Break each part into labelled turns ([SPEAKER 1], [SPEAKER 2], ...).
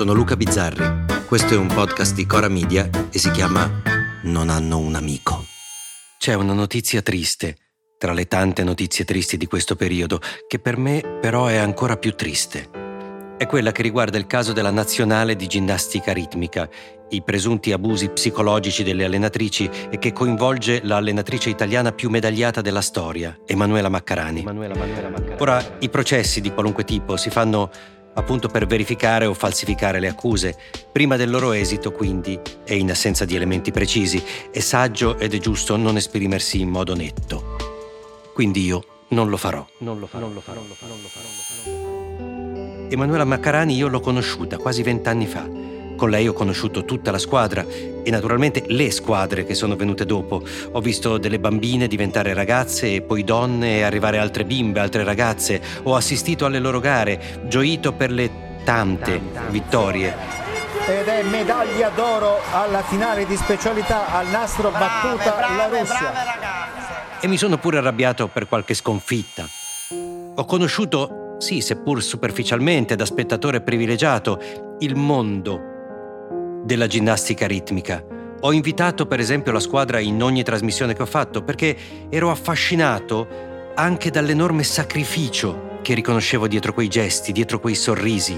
[SPEAKER 1] Sono Luca Bizzarri, questo è un podcast di Cora Media e si chiama Non hanno un amico. C'è una notizia triste, tra le tante notizie tristi di questo periodo, che per me però è ancora più triste. È quella che riguarda il caso della nazionale di ginnastica ritmica, i presunti abusi psicologici delle allenatrici e che coinvolge l'allenatrice italiana più medagliata della storia, Emanuela Maccarani. Ora, i processi di qualunque tipo si fanno appunto per verificare o falsificare le accuse. Prima del loro esito, quindi, e in assenza di elementi precisi, è saggio ed è giusto non esprimersi in modo netto. Quindi io non lo farò. Emanuela Maccarani io l'ho conosciuta quasi 20 anni fa. Con lei ho conosciuto tutta la squadra e naturalmente le squadre che sono venute dopo. Ho visto delle bambine diventare ragazze e poi donne e arrivare altre bimbe, altre ragazze. Ho assistito alle loro gare, gioito per le tante vittorie.
[SPEAKER 2] Ed è medaglia d'oro alla finale di specialità al nastro battuta la Russia.
[SPEAKER 1] E mi sono pure arrabbiato per qualche sconfitta. Ho conosciuto, sì, seppur superficialmente, da spettatore privilegiato, il mondo della ginnastica ritmica. Ho invitato per esempio la squadra in ogni trasmissione che ho fatto perché ero affascinato anche dall'enorme sacrificio che riconoscevo dietro quei gesti, dietro quei sorrisi.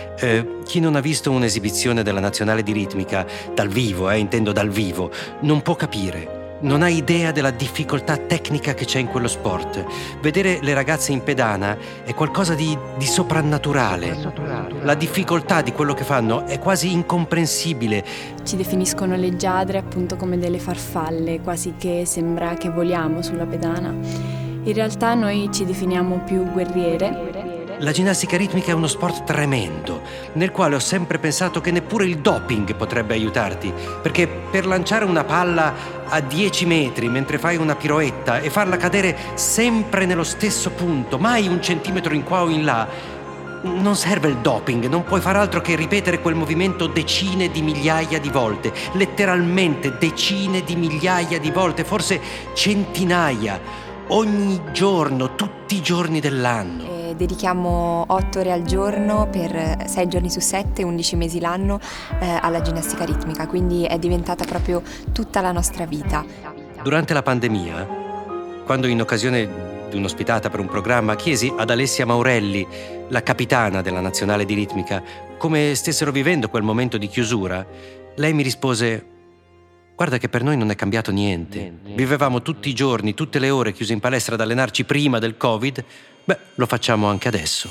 [SPEAKER 1] Chi non ha visto un'esibizione della nazionale di ritmica dal vivo, intendo dal vivo, non può capire. Non ha idea della difficoltà tecnica che c'è in quello sport. Vedere le ragazze in pedana è qualcosa di soprannaturale. La difficoltà di quello che fanno è quasi incomprensibile.
[SPEAKER 3] Ci definiscono leggiadre appunto come delle farfalle, quasi che sembra che voliamo sulla pedana. In realtà noi ci definiamo più guerriere.
[SPEAKER 1] La ginnastica ritmica è uno sport tremendo, nel quale ho sempre pensato che neppure il doping potrebbe aiutarti, perché per lanciare una palla a 10 metri mentre fai una piroetta e farla cadere sempre nello stesso punto, mai un centimetro in qua o in là, non serve il doping, non puoi far altro che ripetere quel movimento decine di migliaia di volte, letteralmente decine di migliaia di volte, forse centinaia, ogni giorno, tutti i giorni dell'anno.
[SPEAKER 4] Dedichiamo 8 ore al giorno per 6 giorni su 7, 11 mesi l'anno alla ginnastica ritmica, quindi è diventata proprio tutta la nostra vita.
[SPEAKER 1] Durante la pandemia, quando in occasione di un'ospitata per un programma chiesi ad Alessia Maurelli, la capitana della nazionale di ritmica, come stessero vivendo quel momento di chiusura, lei mi rispose: guarda che per noi non è cambiato niente. Vivevamo tutti i giorni, tutte le ore chiusi in palestra ad allenarci prima del Covid. Beh, lo facciamo anche adesso.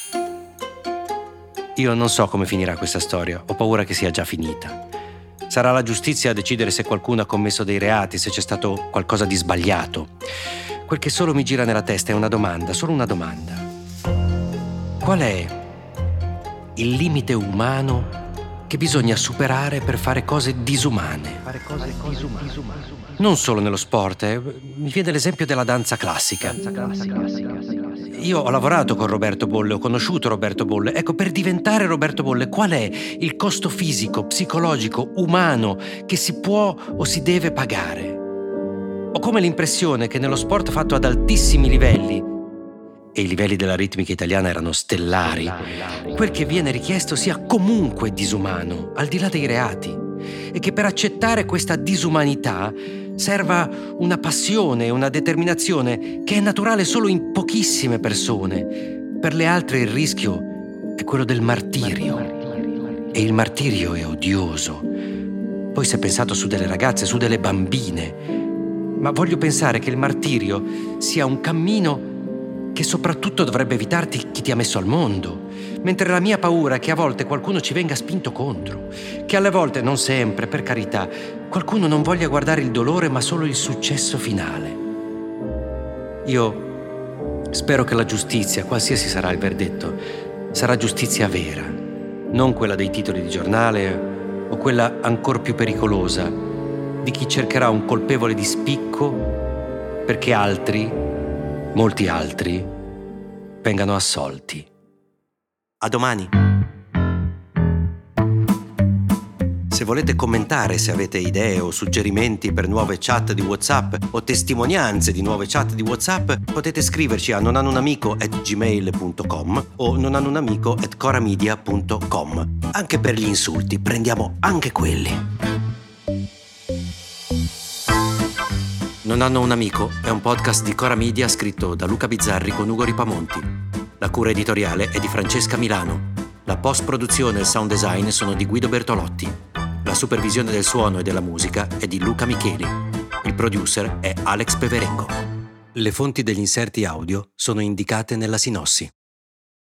[SPEAKER 1] Io non so come finirà questa storia, ho paura che sia già finita. Sarà la giustizia a decidere se qualcuno ha commesso dei reati, se c'è stato qualcosa di sbagliato. Quel che solo mi gira nella testa è una domanda, solo una domanda. Qual è il limite umano che bisogna superare per fare cose disumane? Non solo nello sport, mi viene l'esempio della danza classica. Io ho lavorato con Roberto Bolle, ho conosciuto Roberto Bolle. Ecco, per diventare Roberto Bolle, qual è il costo fisico, psicologico, umano che si può o si deve pagare? Ho come l'impressione che nello sport fatto ad altissimi livelli, e i livelli della ritmica italiana erano stellari, quel che viene richiesto sia comunque disumano, al di là dei reati, e che per accettare questa disumanità serva una passione, una determinazione che è naturale solo in pochissime persone. Per le altre il rischio è quello del martirio, e il martirio è odioso. Poi si è pensato su delle ragazze, su delle bambine, ma voglio pensare che il martirio sia un cammino che soprattutto dovrebbe evitarti chi ti ha messo al mondo, mentre la mia paura è che a volte qualcuno ci venga spinto contro, che alle volte, non sempre, per carità, qualcuno non voglia guardare il dolore ma solo il successo finale. Io spero che la giustizia, qualsiasi sarà il verdetto, sarà giustizia vera, non quella dei titoli di giornale o quella ancor più pericolosa di chi cercherà un colpevole di spicco perché altri, molti altri, vengano assolti. A domani. Se Se volete commentare, se avete idee o suggerimenti per nuove chat di WhatsApp o testimonianze di nuove chat di WhatsApp, potete scriverci a nonhannounamico@gmail.com o nonhannounamico@coramedia.com. Anche per gli insulti, prendiamo anche quelli. Non hanno un amico è un podcast di Cora Media scritto da Luca Bizzarri con Ugo Ripamonti. La cura editoriale è di Francesca Milano. La post-produzione e il sound design sono di Guido Bertolotti. La supervisione del suono e della musica è di Luca Micheli. Il producer è Alex Peverengo. Le fonti degli inserti audio sono indicate nella sinossi.